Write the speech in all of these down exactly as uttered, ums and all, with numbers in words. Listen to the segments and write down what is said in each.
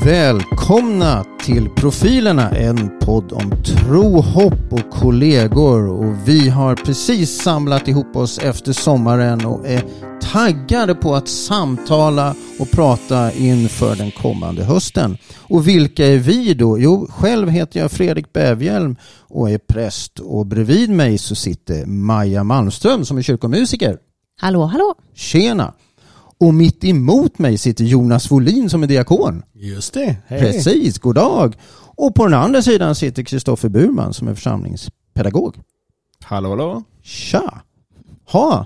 Välkomna till Profilerna, en podd om tro, hopp och kollegor. Och vi har precis samlat ihop oss efter sommaren och är taggade på att samtala och prata inför den kommande hösten. Och vilka är vi då? Jo, själv heter jag Fredrik Bävhjelm och är präst. Och bredvid mig så sitter Maja Malmström som är kyrkomusiker. Hallå, hallå. Tjena. Och mitt emot mig sitter Jonas Wolin som är diakon. Just det. Hej. Precis, god dag. Och på den andra sidan sitter Kristoffer Burman som är församlingspedagog. Hallå, hallå. Tja. Ha.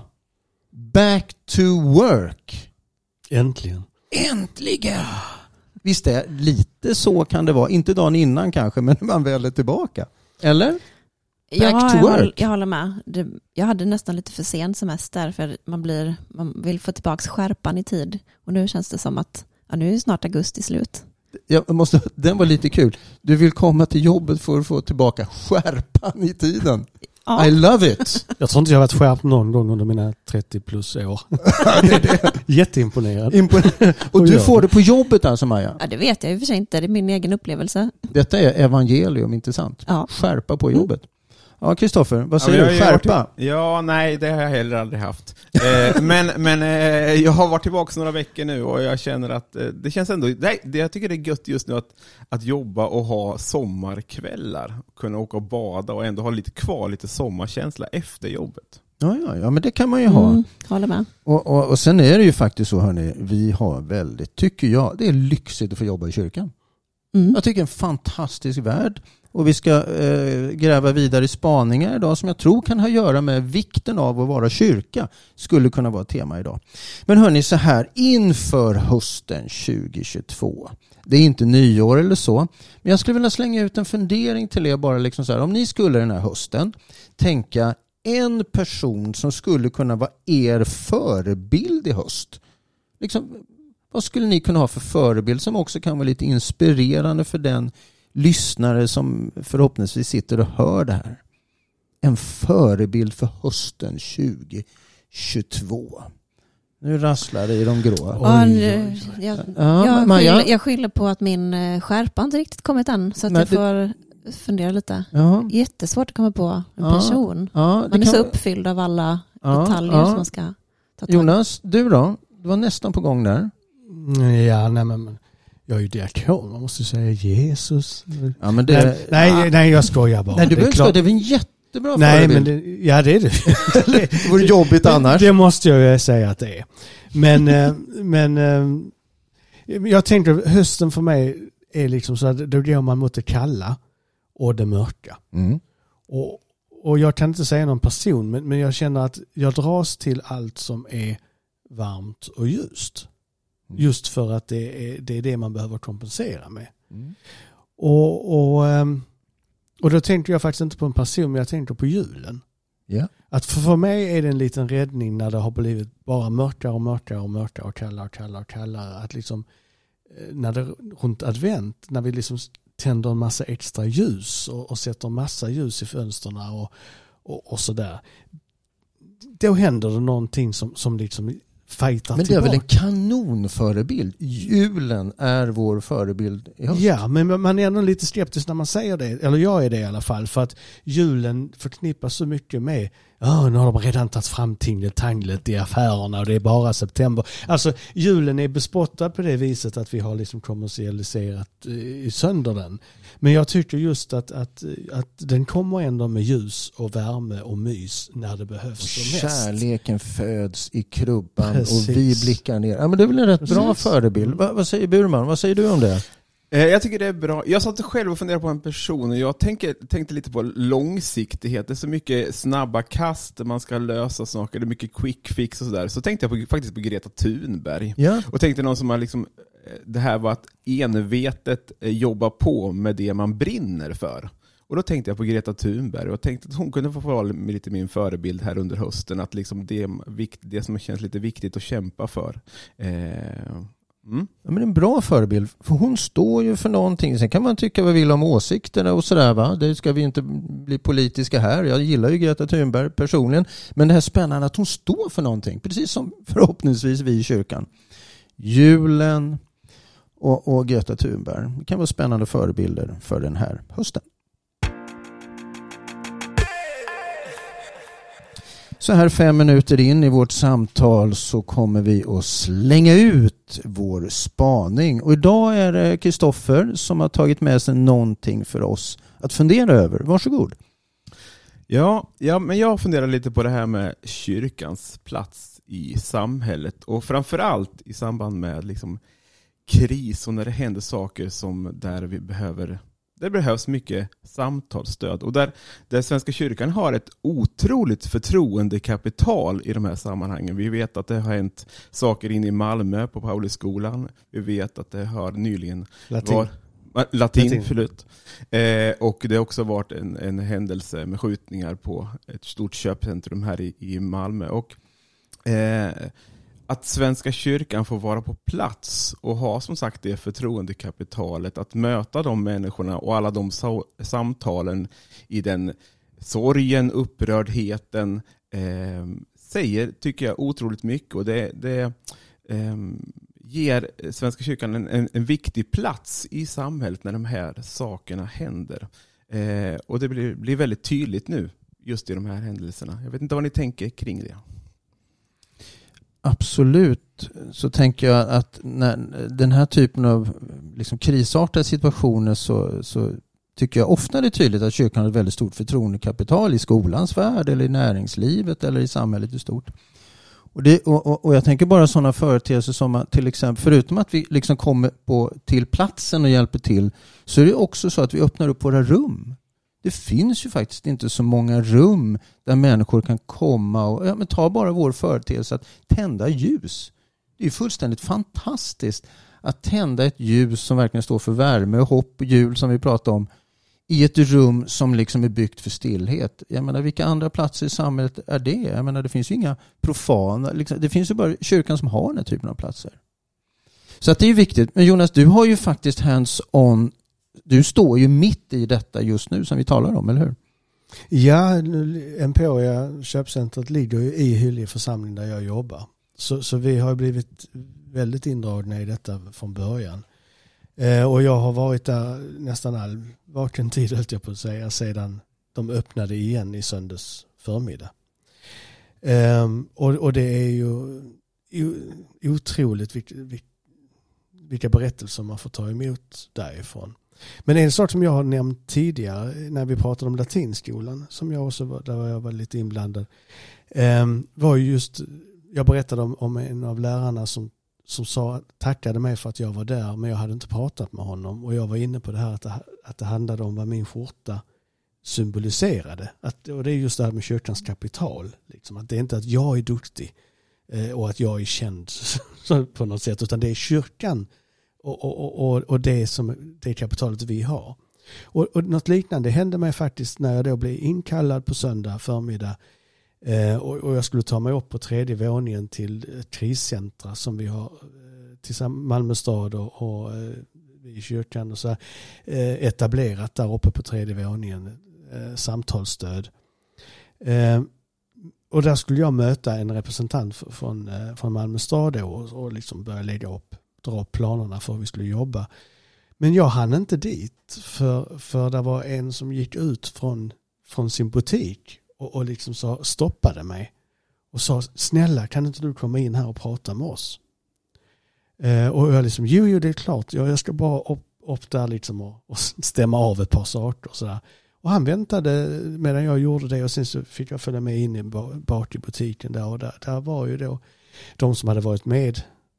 Back to work. Äntligen. Äntligen. Visst är lite så kan det vara. Inte dagen innan kanske, men man väl är tillbaka. Eller? Back ja, to jag, work. håller, jag håller med. Det, jag hade nästan lite för sen semester för man, blir, man vill få tillbaka skärpan i tid. Och nu känns det som att ja, nu är snart augusti slut. Jag måste, den var lite kul. Du vill komma till jobbet för att få tillbaka skärpan i tiden. Ja. I love it. Jag tror inte jag har varit skärpt någon gång under mina trettio plus år. det är det. Jätteimponerad. Imponerad. Och du får det på jobbet alltså, Maja? Ja, det vet jag i och för sig inte. Det är min egen upplevelse. Detta är evangelium, inte sant? Ja. Skärpa på jobbet. Ja, Kristoffer, vad säger ja, du? Skärpa? Till, ja, nej, det har jag heller aldrig haft. eh, men men eh, jag har varit tillbaka några veckor nu och jag känner att eh, det känns ändå, nej, det, jag tycker det är gött just nu att, att jobba och ha sommarkvällar. Kunna åka och bada och ändå ha lite kvar, lite sommarkänsla efter jobbet. Ja, ja, ja, men det kan man ju ha. Mm, håller med. Och, och, och sen är det ju faktiskt så, hörni, vi har väldigt, tycker jag, det är lyxigt att få jobba i kyrkan. Mm. Jag tycker det är en fantastisk värld. Och vi ska eh, gräva vidare i spaningar idag som jag tror kan ha att göra med vikten av att vara kyrka. Skulle kunna vara ett tema idag. Men hörni, så här, inför hösten tjugo tjugotvå. Det är inte nyår eller så. Men jag skulle vilja slänga ut en fundering till er bara liksom så här. Om ni skulle den här hösten tänka en person som skulle kunna vara er förebild i höst. Liksom, vad skulle ni kunna ha för förebild som också kan vara lite inspirerande för den lyssnare som förhoppningsvis sitter och hör det här? En förebild för hösten tjugo tjugotvå. Nu rasslar det i de gråa. Ja, nu, jag, Ja, jag, Maja? skyller, jag skyller på att min eh, skärpa inte riktigt kommit än. Så att Men jag det- får fundera lite. Ja, Jättesvårt att komma på en Ja, person. ja, det Man är kan- så uppfylld av alla Ja, detaljer ja. som man ska ta tag i. Jonas, du då? Du var nästan på gång där. Ja, nej men jag är ju diakon. Man måste säga Jesus. Ja, men det, Nej, nej, nej, jag skojar bara. nej, du Det är behöver inte klart- skoja, det är väl en jättebra Nej, förebild. men det, ja, det är det. Det vore jobbigt annars. Det måste jag ju säga att det är. Men, eh, men eh, jag tänker hösten för mig är liksom så att då går man mot det kalla och det mörka. Mm. Och, och jag kan inte säga någon person, men, men jag känner att jag dras till allt som är varmt och ljust. Just för att det är det, är det man behöver kompensera med. Mm. Och, och, ehm, och då tänker jag faktiskt inte på en person, men jag tänker på julen. Ja. Att för, för mig är det en liten räddning när det har blivit bara mörkare och mörkare och mörkare och kallare och kallare och kallare. Att liksom, eh, när det runt advent, när vi liksom tänder en massa extra ljus och, och sätter en massa ljus i fönstren och, och, och sådär. Då händer det någonting som, som liksom fightar Men det är tillbaka. väl en kanonförebild. Julen är vår förebild i höst. Ja, men man är ändå lite skeptisk när man säger det. Eller jag är det i alla fall. För att julen förknippas så mycket med oh, nu har de redan tagit fram tingeltanglet i affärerna och det är bara september. Alltså julen är bespottad på det viset att vi har liksom kommersialiserat eh, sönder den. Men jag tycker just att, att, att den kommer ändå med ljus och värme och mys när det behövs Och som mest. kärleken föds i krubban. Precis. Och vi blickar ner. Ja, men det är väl en rätt Precis. bra förebild. Va, vad säger Burman? Vad säger du om det? Eh, jag tycker det är bra. Jag satt själv och funderade på en person och jag tänker, tänkte lite på långsiktighet. Det är så mycket snabba kast, man ska lösa saker, det är mycket quick fix och sådär. Så tänkte jag på, faktiskt på Greta Thunberg. Ja. Och tänkte någon som har liksom, det här var att envetet jobba på med det man brinner för. Och då tänkte jag på Greta Thunberg och tänkte att hon kunde få vara lite min förebild här under hösten. Att liksom det, det som känns lite viktigt att kämpa för. Eh, Mm. Ja, men en bra förebild. För hon står ju för någonting. Sen kan man tycka vad vi vill om åsikterna och sådär, va. Det ska vi inte bli politiska här. Jag gillar ju Greta Thunberg personligen. Men det här spännande att hon står för någonting. Precis som förhoppningsvis vi i kyrkan. Julen och, och Greta Thunberg. Det kan vara spännande förebilder för den här hösten. Så här fem minuter in i vårt samtal så kommer vi att slänga ut vår spaning. Och idag är det Kristoffer som har tagit med sig någonting för oss att fundera över. Varsågod. Ja, ja, men jag funderar lite på det här med kyrkans plats i samhället. Och framförallt i samband med liksom kris och när det händer saker som där vi behöver... Det behövs mycket samtalsstöd och där, där Svenska kyrkan har ett otroligt förtroendekapital i de här sammanhangen. Vi vet att det har hänt saker inne i Malmö på Paulusskolan. Vi vet att det har nyligen Latin. var latin, latin. Förlåt. Eh, och det har också varit en, en händelse med skjutningar på ett stort köpcentrum här i, i Malmö. Och eh, att Svenska kyrkan får vara på plats och ha som sagt det förtroendekapitalet att möta de människorna och alla de so- samtalen i den sorgen, upprördheten eh, säger, tycker jag, otroligt mycket. Och det, det eh, ger Svenska kyrkan en, en, en viktig plats i samhället när de här sakerna händer. Eh, och det blir, blir väldigt tydligt nu just i de här händelserna. Jag vet inte vad ni tänker kring det. Absolut, så tänker jag att när den här typen av liksom krisartade situationer så, så tycker jag ofta det är tydligt att kyrkan har ett väldigt stort förtroendekapital i skolans värld eller i näringslivet eller i samhället i stort. Och, det, och, och, och jag tänker bara sådana företeelser som att till exempel, förutom att vi liksom kommer på, till platsen och hjälper till, så är det också så att vi öppnar upp våra rum. Det finns ju faktiskt inte så många rum där människor kan komma och ja, men ta bara vår företeelse att tända ljus. Det är fullständigt fantastiskt att tända ett ljus som verkligen står för värme och hopp och jul som vi pratade om i ett rum som liksom är byggt för stillhet. Jag menar, vilka andra platser i samhället är det? Jag menar, det finns ju inga profana, liksom, det finns ju bara kyrkan som har den här typen av platser. Så att det är viktigt. Men Jonas, du har ju faktiskt hands-on. Du står ju mitt i detta just nu som vi talar om, eller hur? Ja, Emporia köpcentret ligger ju i Hyllie församling där jag jobbar. Så, så vi har blivit väldigt indragna i detta från början. Eh, och jag har varit där nästan all vaken tid, höll jag på att säga, sedan de öppnade igen i söndags förmiddag. Eh, och, och det är ju otroligt vilka, vilka berättelser man får ta emot därifrån. Men en sak som jag har nämnt tidigare när vi pratade om latinskolan, som jag också var, där jag var lite inblandad, eh, var just, jag berättade om, om en av lärarna som, som sa, tackade mig för att jag var där, men jag hade inte pratat med honom. Och jag var inne på det här att det, att det handlade om vad min skjorta symboliserade. Att, och det är just det här med kyrkans kapital. Liksom, att det är inte att jag är duktig eh, och att jag är känd på något sätt, utan det är kyrkan Och, och, och, och det som det kapitalet vi har. Och, och något liknande hände mig faktiskt när jag då blev inkallad på söndag förmiddag eh, och, och jag skulle ta mig upp på tredje våningen till ett kriscentra som vi har eh, tillsammans Malmö stad och, och eh, i kyrkan och så här, eh, etablerat där uppe på tredje våningen eh, samtalsstöd. Eh, och där skulle jag möta en representant från, eh, från Malmö stad då, och, och liksom börja lägga upp dra upp planerna för hur vi skulle jobba. Men jag hann inte dit för, för det var en som gick ut från, från sin butik och, och liksom så stoppade mig och sa, snälla kan inte du komma in här och prata med oss? Eh, och jag liksom, jo, jo det är klart, jag, jag ska bara upp, upp där liksom och, och stämma av ett par saker och sådär. Och han väntade medan jag gjorde det och sen så fick jag följa med in i, bak i butiken där och där, där var ju då de som hade varit med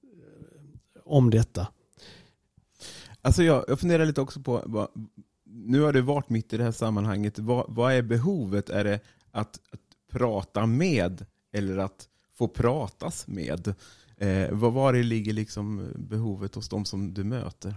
om detta. Alltså jag, jag funderar lite också på, vad, nu har det varit mitt i det här sammanhanget, vad, vad är behovet? Är det att, att prata med eller att få pratas med? Eh, vad var det ligger liksom behovet hos de som du möter?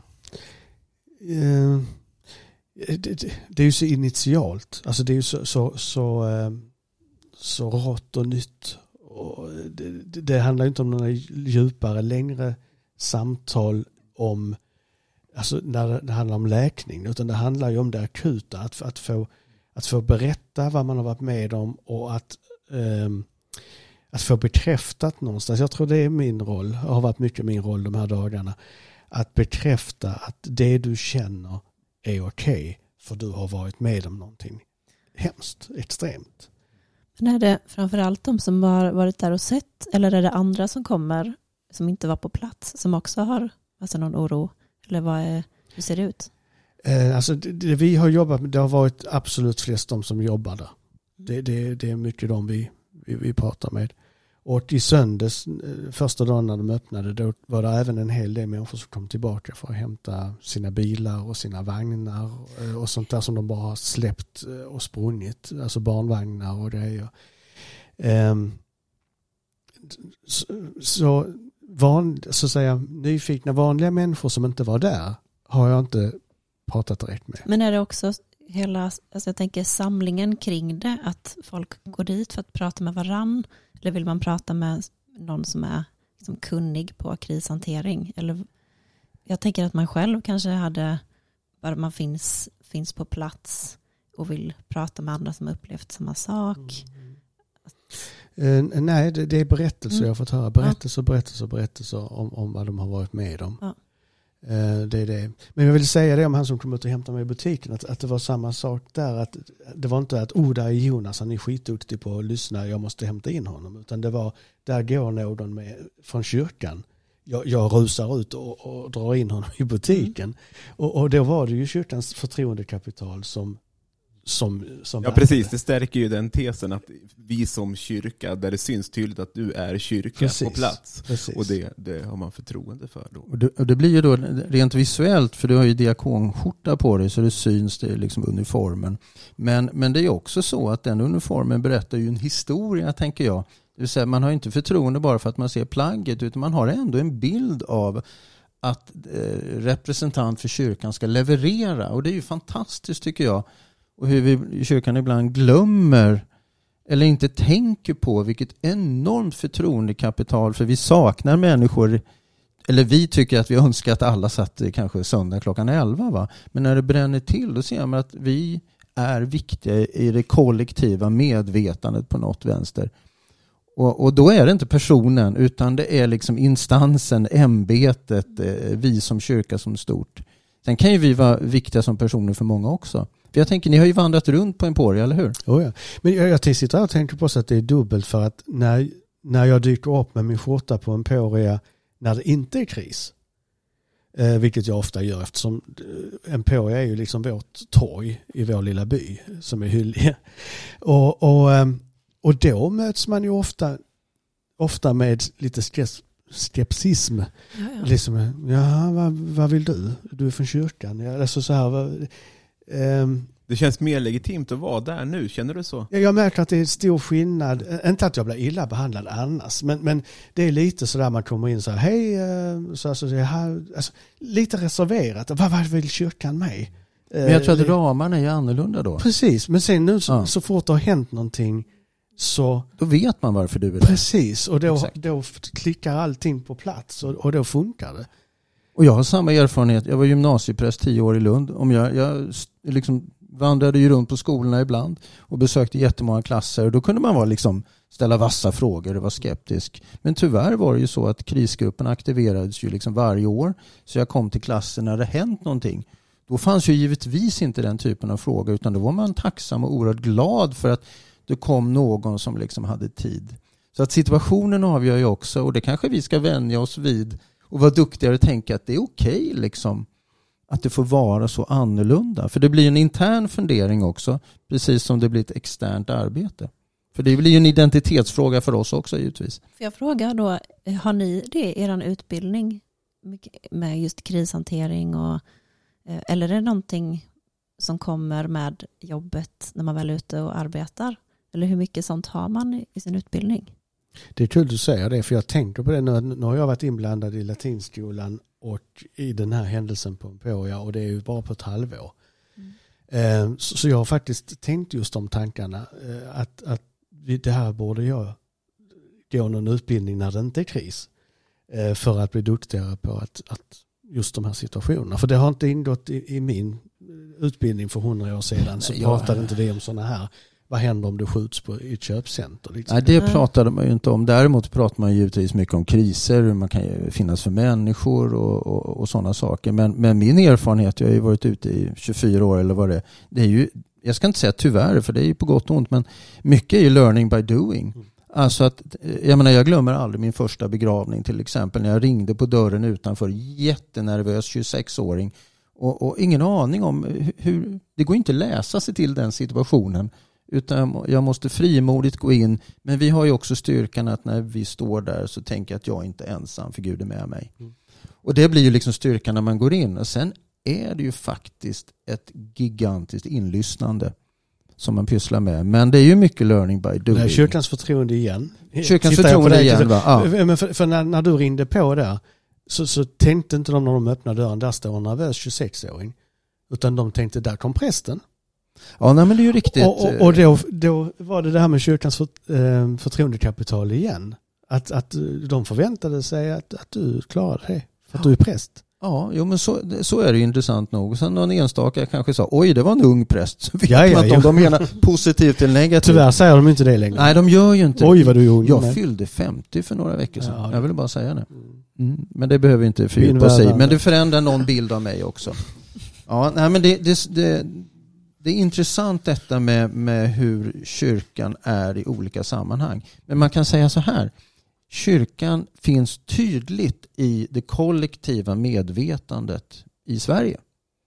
Eh, det, det, det är ju så initialt. Alltså det är ju så, så, så, eh, så rått och nytt. Och det, det, det handlar inte om några djupare, längre samtal om, alltså när det handlar om läkning, utan det handlar ju om det akuta, att, att, få, att få berätta vad man har varit med om och att, um, att få bekräftat någonstans. Jag tror det är min roll, har varit mycket min roll de här dagarna, att bekräfta att det du känner är okej för du har varit med om någonting hemskt, extremt. Men är det framförallt de som har varit där och sett, eller är det andra som kommer som inte var på plats som också har alltså någon oro? Eller vad är, hur ser det ut? Eh, alltså det, det vi har jobbat med, det har varit absolut flest de som jobbar där. Det, det, det är mycket de vi, vi, vi pratar med. Och i söndags, första dagen när de öppnade, då var det även en hel del människor som kom tillbaka för att hämta sina bilar och sina vagnar och sånt där som de bara har släppt och sprungit. Alltså barnvagnar och grejer. Um, så så, van, så att säga, nyfikna vanliga människor som inte var där har jag inte pratat direkt med. Men är det också hela, alltså jag tänker samlingen kring det, att folk går dit för att prata med varann, eller vill man prata med någon som är liksom kunnig på krishantering? Eller jag tänker att man själv kanske hade, bara man finns, finns på plats och vill prata med andra som har upplevt samma sak. Mm. Uh, nej, det, det är berättelser mm. jag har fått höra. Berättelser, ja. berättelser, berättelser om, om vad de har varit med om. Ja. Uh, det är det. Men jag vill säga det om han som kom ut och hämtade mig i butiken, att, att det var samma sak där. Att det var inte att oh, där är Jonas, han är skitduktig på att lyssna, jag måste hämta in honom. Utan det var, där går någon med, från kyrkan. Jag, jag rusar ut och, och drar in honom i butiken. Mm. Och, och då var det ju kyrkans förtroendekapital som Som, som ja, precis. Det stärker ju den tesen att vi som kyrka, där det syns tydligt att du är kyrka precis, på plats. Precis. Och det, det har man förtroende för då. Och det, och det blir ju då rent visuellt, för du har ju diakonskjorta på dig så det syns, det är liksom uniformen. Men, men det är också så att den uniformen berättar ju en historia, tänker jag. Det vill säga, man har inte förtroende bara för att man ser plagget, utan man har ändå en bild av att eh, representant för kyrkan ska leverera. Och det är ju fantastiskt, tycker jag. Och hur vi i kyrkan ibland glömmer eller inte tänker på vilket enormt förtroendekapital, för vi saknar människor, eller vi tycker att vi önskar att alla satt kanske söndag klockan elva, va? Men när det bränner till, då ser man att vi är viktiga i det kollektiva medvetandet på något vänster. Och, och då är det inte personen, utan det är liksom instansen, ämbetet, vi som kyrka som stort. Sen kan ju vi vara viktiga som personer för många också. För jag tänker, ni har ju vandrat runt på Emporia, eller hur? Oh ja. Men jag, jag sitter och tänker på så att det är dubbelt, för att när, när jag dyker upp med min skjorta på Emporia när det inte är kris, eh, vilket jag ofta gör eftersom Emporia är ju liksom vårt torg i vår lilla by som är Hyllie. Och, och, och då möts man ju ofta, ofta med lite stress. Skepsism. Ja, ja. Liksom, ja, vad, vad vill du? Du är från kyrkan. Ja, alltså så här, vad, um, det känns mer legitimt att vara där nu, känner du så? Ja, jag märker att det är stor skillnad. Inte att jag blir illa behandlad annars, men, men det är lite så där man kommer in så här, hej, så alltså, här, alltså, lite reserverat. Vad, vad vill kyrkan med? Men jag tror att ramarna är annorlunda då. Precis, men sen nu så, ja. så fort det har hänt någonting, så då vet man varför du är där. Precis, och då, då klickar allting på plats och, och då funkar det. Och jag har samma erfarenhet. Jag var gymnasiepräst tio år i Lund. Om jag, jag liksom vandrade ju runt på skolorna ibland och besökte jättemånga klasser. Och då kunde man vara liksom ställa vassa frågor och vara skeptisk. Men tyvärr var det ju så att krisgruppen aktiverades ju liksom varje år. Så jag kom till klassen när det hänt någonting. Då fanns ju givetvis inte den typen av frågor, utan då var man tacksam och oerhört glad för att det kom någon som liksom hade tid. Så att situationen avgör ju också, och det kanske vi ska vänja oss vid och vara duktigare och tänka att det är okej liksom att det får vara så annorlunda. För det blir en intern fundering också, precis som det blir ett externt arbete. För det blir ju en identitetsfråga för oss också givetvis. Får jag fråga då, har ni det i er utbildning med just krishantering och, eller är det någonting som kommer med jobbet när man väl är ute och arbetar? Eller hur mycket sånt har man i sin utbildning? Det är kul du säger det, för jag tänker på det nu. Nu har jag varit inblandad i latinskolan och i den här händelsen på Emporia, och det är ju bara på ett halvår. Mm. Så, så jag har faktiskt tänkt just de tankarna, att, att det här borde jag gå någon utbildning när det inte är kris, för att bli duktigare på att, att just de här situationerna. För det har inte ingått i, i min utbildning för hundra år sedan, så Nej, pratade jag... inte vi om sådana här vad händer om det skjuts på i ett köpcenter? Liksom. Nej, det pratade man ju inte om. Däremot pratar man givetvis mycket om kriser, hur man kan finnas för människor och, och, och sådana saker. Men, men min erfarenhet, jag har ju varit ute i tjugofyra år eller vad det är, det är ju, jag ska inte säga tyvärr, för det är ju på gott och ont, men mycket är ju learning by doing. Mm. Alltså att, jag menar, jag glömmer aldrig min första begravning till exempel, när jag ringde på dörren utanför, jättenervös tjugosex-åring och, och ingen aning om hur, det går inte att läsa sig till den situationen, utan jag måste frimodigt gå in, men vi har ju också styrkan att när vi står där så tänker jag att jag inte är ensam, för Gud är med mig. Mm. Och det blir ju liksom styrkan när man går in, och sen är det ju faktiskt ett gigantiskt inlyssnande som man pysslar med. Men det är ju mycket learning by doing. Det är kyrkans förtroende igen. Kyrkans Tittar förtroende igen, va? Ja. Men för, för när, när du ringde på där så, så tänkte inte de när de öppnade dörren, där står en nervös tjugosex-åring. Utan de tänkte, där kom prästen. Ja, nej, men det är ju riktigt. Och, och, och då, då var det det här med kyrkans för, eh, förtroendekapital igen. Att, att de förväntade sig att, att du klarade det. För att du är präst. Ja, jo, men så, så är det ju intressant nog. Sen någon enstaka kanske sa, oj, det var en ung präst. Så vet ja, ja, man inte ja. om de menar positivt eller negativt. Tyvärr säger de inte det längre. Nej, de gör ju inte. Oj, vad du är ung. Jag men. fyllde femtio för några veckor sedan. Ja, jag ville bara säga det. Mm. Men det behöver inte fördjupa Invärdande. sig. Men det förändrar någon bild av mig också. Ja, nej, men det, det, det, det är intressant detta med, med hur kyrkan är i olika sammanhang. Men man kan säga så här. Kyrkan finns tydligt i det kollektiva medvetandet i Sverige.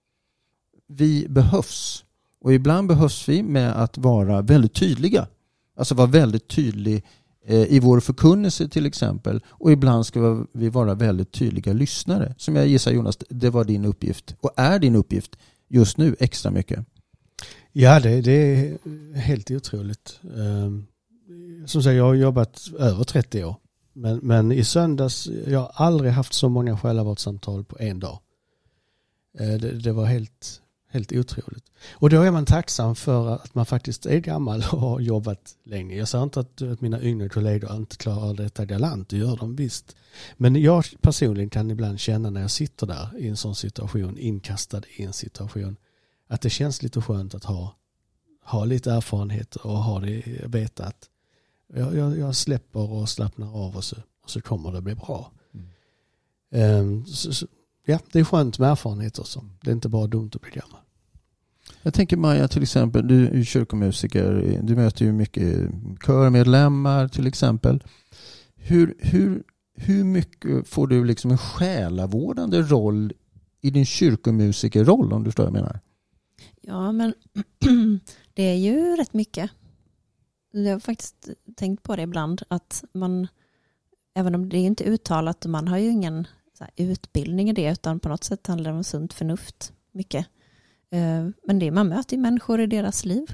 Vi behövs. Och ibland behövs vi med att vara väldigt tydliga. Alltså vara väldigt tydlig eh, i vår förkunnelse till exempel. Och ibland ska vi vara väldigt tydliga lyssnare. Som jag gissar, Jonas, det var din uppgift. Och är din uppgift just nu extra mycket. Ja, det, det är helt otroligt. Um, som sagt, jag har jobbat över trettio år. Men, men i söndags, jag har aldrig haft så många själavårdssamtal på en dag. Det, det var helt, helt otroligt. Och då är man tacksam för att man faktiskt är gammal och har jobbat länge. Jag säger inte att, att mina yngre kollegor inte klarar detta galant, det gör de visst. Men jag personligen kan ibland känna när jag sitter där i en sån situation, inkastad i en situation, att det känns lite skönt att ha, ha lite erfarenheter och ha det, veta att Jag, jag, jag släpper och slappnar av och så, och så kommer det bli bra. Mm. Um, så, så, ja, det är skönt med erfarenhet också. Det är inte bara dumt att bli gammal. Jag tänker, Maja, till exempel, du är kyrkomusiker. Du möter ju mycket körmedlemmar till exempel. Hur, hur, hur mycket får du liksom en själavårdande roll i din kyrkomusikerroll, om du förstår vad jag menar? Ja, men det är ju rätt mycket. Jag har faktiskt tänkt på det ibland, att man, även om det är inte uttalat, man har ju ingen så här utbildning i det, utan på något sätt handlar det om sunt förnuft mycket. Men det, man möter ju människor i deras liv.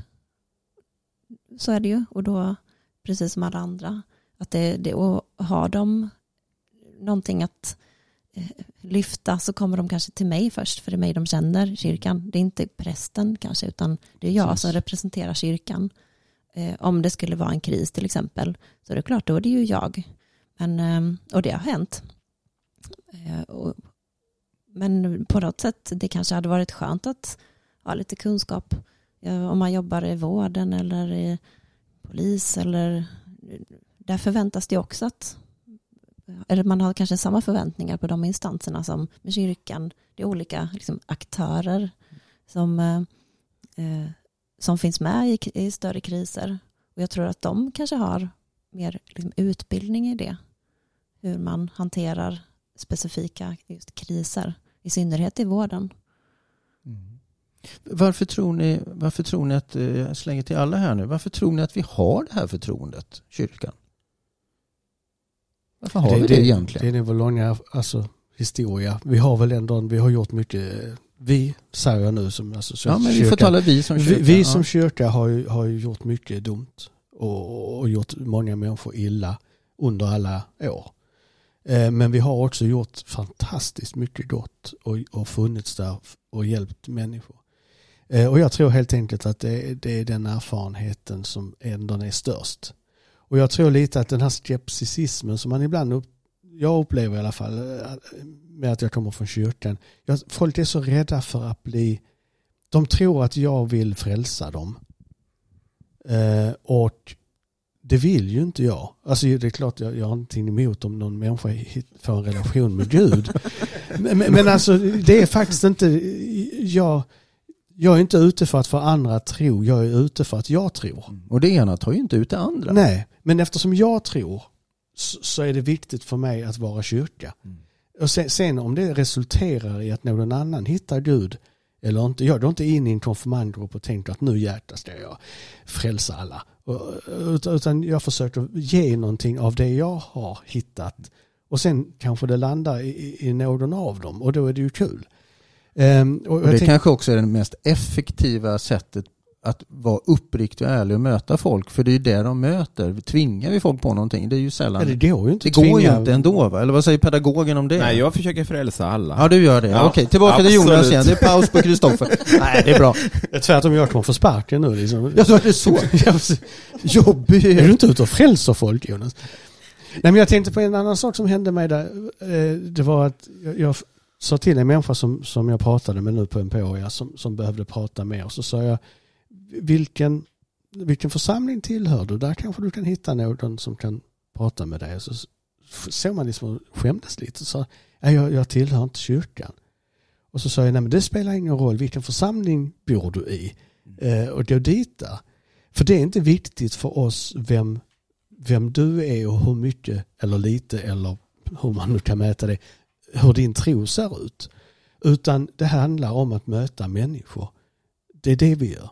Så är det ju. Och då, precis som alla andra, att det, det och har de någonting att lyfta, så kommer de kanske till mig först, för det är mig de känner, kyrkan. Det är inte prästen kanske, utan det är jag precis som representerar kyrkan. Om det skulle vara en kris till exempel, så är det klart, då är det ju jag. Men, och det har hänt. Men på något sätt, det kanske hade varit skönt att ha lite kunskap. Om man jobbar i vården eller i polis, eller där förväntas det också att, eller man har kanske samma förväntningar på de instanserna som med kyrkan. Det är olika liksom, aktörer som eh, som finns med i, i större kriser. Och jag tror att de kanske har mer liksom, utbildning i det. Hur man hanterar specifika just kriser. I synnerhet i vården. Mm. Varför tror ni, varför tror ni att, jag slänger till alla här nu, varför tror ni att vi har det här förtroendet, kyrkan? Varför har det, vi det, det egentligen? Det är väl långa alltså, historia. Vi har väl ändå, vi har gjort mycket. Vi, säger jag nu som alltså, ja, men kyrka, vi får tala vi som kyrka. Vi, vi ja. som kyrka har ju, har ju gjort mycket dumt och, och gjort många människor illa under alla år. Eh, men vi har också gjort fantastiskt mycket gott och, och funnits där och hjälpt människor. Eh, och jag tror helt enkelt att det, det är den erfarenheten som ändå är störst. Och jag tror lite att den här skepticismen som man ibland upp, jag upplever i alla fall med att jag kommer från kyrkan. Jag, folk är så rädda för att bli, de tror att jag vill frälsa dem. Eh, och det vill ju inte jag. Alltså det är klart jag, jag har ingenting emot om någon människa får en relation med Gud. men, men alltså det är faktiskt inte, jag, jag är inte ute för att få andra att tro, jag är ute för att jag tror. Och det ena tar ju inte ut det andra. Nej, men eftersom jag tror så, så är det viktigt för mig att vara kyrka. Mm. Och sen, sen om det resulterar i att någon annan hittar Gud eller inte, jag går inte in i en konfirmandgrupp och tänker att nu hjärta ska jag frälsa alla. Utan jag försöker ge någonting av det jag har hittat. Och sen kanske det landar i, i någon av dem. Och då är det ju kul. Um, och och det tänk... kanske också är det mest effektiva sättet att vara uppriktig och ärlig och möta folk. För det är ju det de möter. Tvingar vi folk på någonting? Det är ju sällan. Ja, det går ju inte. Det tvinga... går ju inte ändå, va? Eller vad säger pedagogen om det? Nej, jag försöker frälsa alla. Ja, du gör det. Ja, okej, tillbaka absolut. Till Jonas igen. Det är paus på Kristoffer. Nej, det är bra. Tvärtom, jag kommer få sparken nu. Liksom. Jag tror det är så. Jobbigt. Är du inte ute och frälser folk, Jonas? Nej, men jag tänkte på en annan sak som hände mig där. Det var att jag, jag sa till en människa som, som jag pratade med nu på Emporia som, som behövde prata med. Och så sa jag, vilken, vilken församling tillhör du? Där kanske du kan hitta någon som kan prata med dig. Så såg man liksom skämdes lite och sa, jag, jag tillhör inte kyrkan. Och så sa jag, nej men det spelar ingen roll vilken församling bor du i. Eh, och gå dit där. För det är inte viktigt för oss vem, vem du är och hur mycket eller lite eller hur man nu kan mäta det, hur din tro ser ut. Utan det handlar om att möta människor. Det är det vi gör.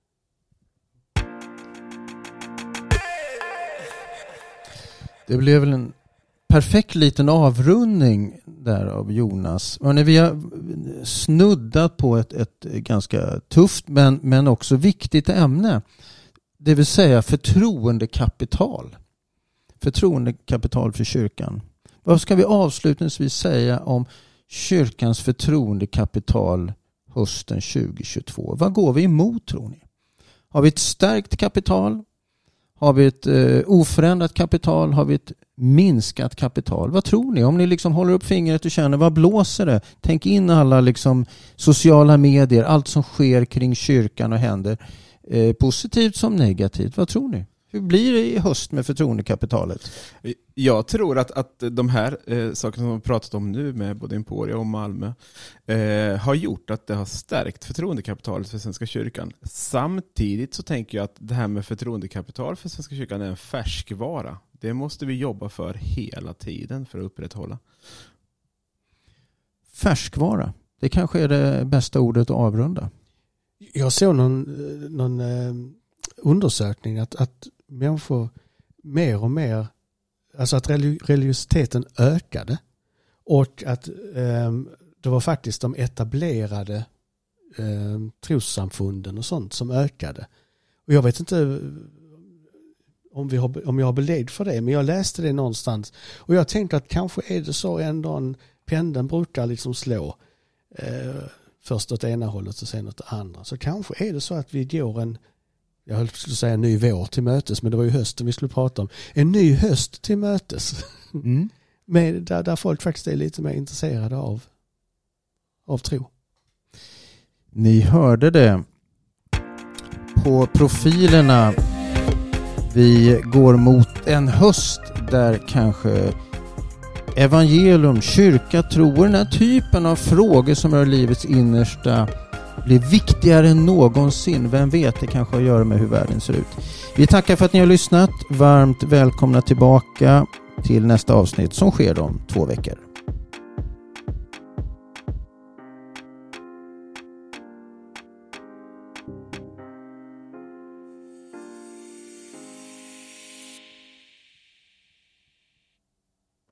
Det blev väl en perfekt liten avrundning där av Jonas. Och när vi har snuddat på ett, ett ganska tufft men, men också viktigt ämne. Det vill säga förtroendekapital. Förtroendekapital för kyrkan. Vad ska vi avslutningsvis säga om kyrkans förtroendekapital hösten tjugo tjugotvå? Vad går vi emot, tror ni? Har vi ett stärkt kapital? Har vi ett eh, oförändrat kapital? Har vi ett minskat kapital? Vad tror ni? Om ni liksom håller upp fingret och känner, vad blåser det? Tänk in alla liksom sociala medier, allt som sker kring kyrkan och händer. Eh, positivt som negativt. Vad tror ni? Hur blir det i höst med förtroendekapitalet? Jag tror att, att de här eh, sakerna som vi har pratat om nu med både Emporia och Malmö eh, har gjort att det har stärkt förtroendekapitalet för Svenska kyrkan. Samtidigt så tänker jag att det här med förtroendekapital för Svenska kyrkan är en färskvara. Det måste vi jobba för hela tiden för att upprätthålla. Färskvara, det kanske är det bästa ordet att avrunda. Jag såg någon, någon eh, undersökning att, att människor mer och mer, alltså att religiositeten ökade och att eh, det var faktiskt de etablerade eh, trossamfunden och sånt som ökade. Och jag vet inte om, vi har, om jag har belägg för det, men jag läste det någonstans och jag tänkte att kanske är det så ändå en pendeln brukar liksom slå eh, först åt ena hållet och sen åt det andra. Så kanske är det så att vi går en, jag skulle säga en ny vår till mötes, men det var ju hösten vi skulle prata om. En ny höst till mötes. Mm. Med, där, där folk faktiskt är lite mer intresserade av, av tro. Ni hörde det på profilerna. Vi går mot en höst där kanske evangelium, kyrka, tro och den här typen av frågor som rör livets innersta blir viktigare än någonsin. Vem vet, det kanske har att göra med hur världen ser ut. Vi tackar för att ni har lyssnat. Varmt välkomna tillbaka till nästa avsnitt som sker om två veckor.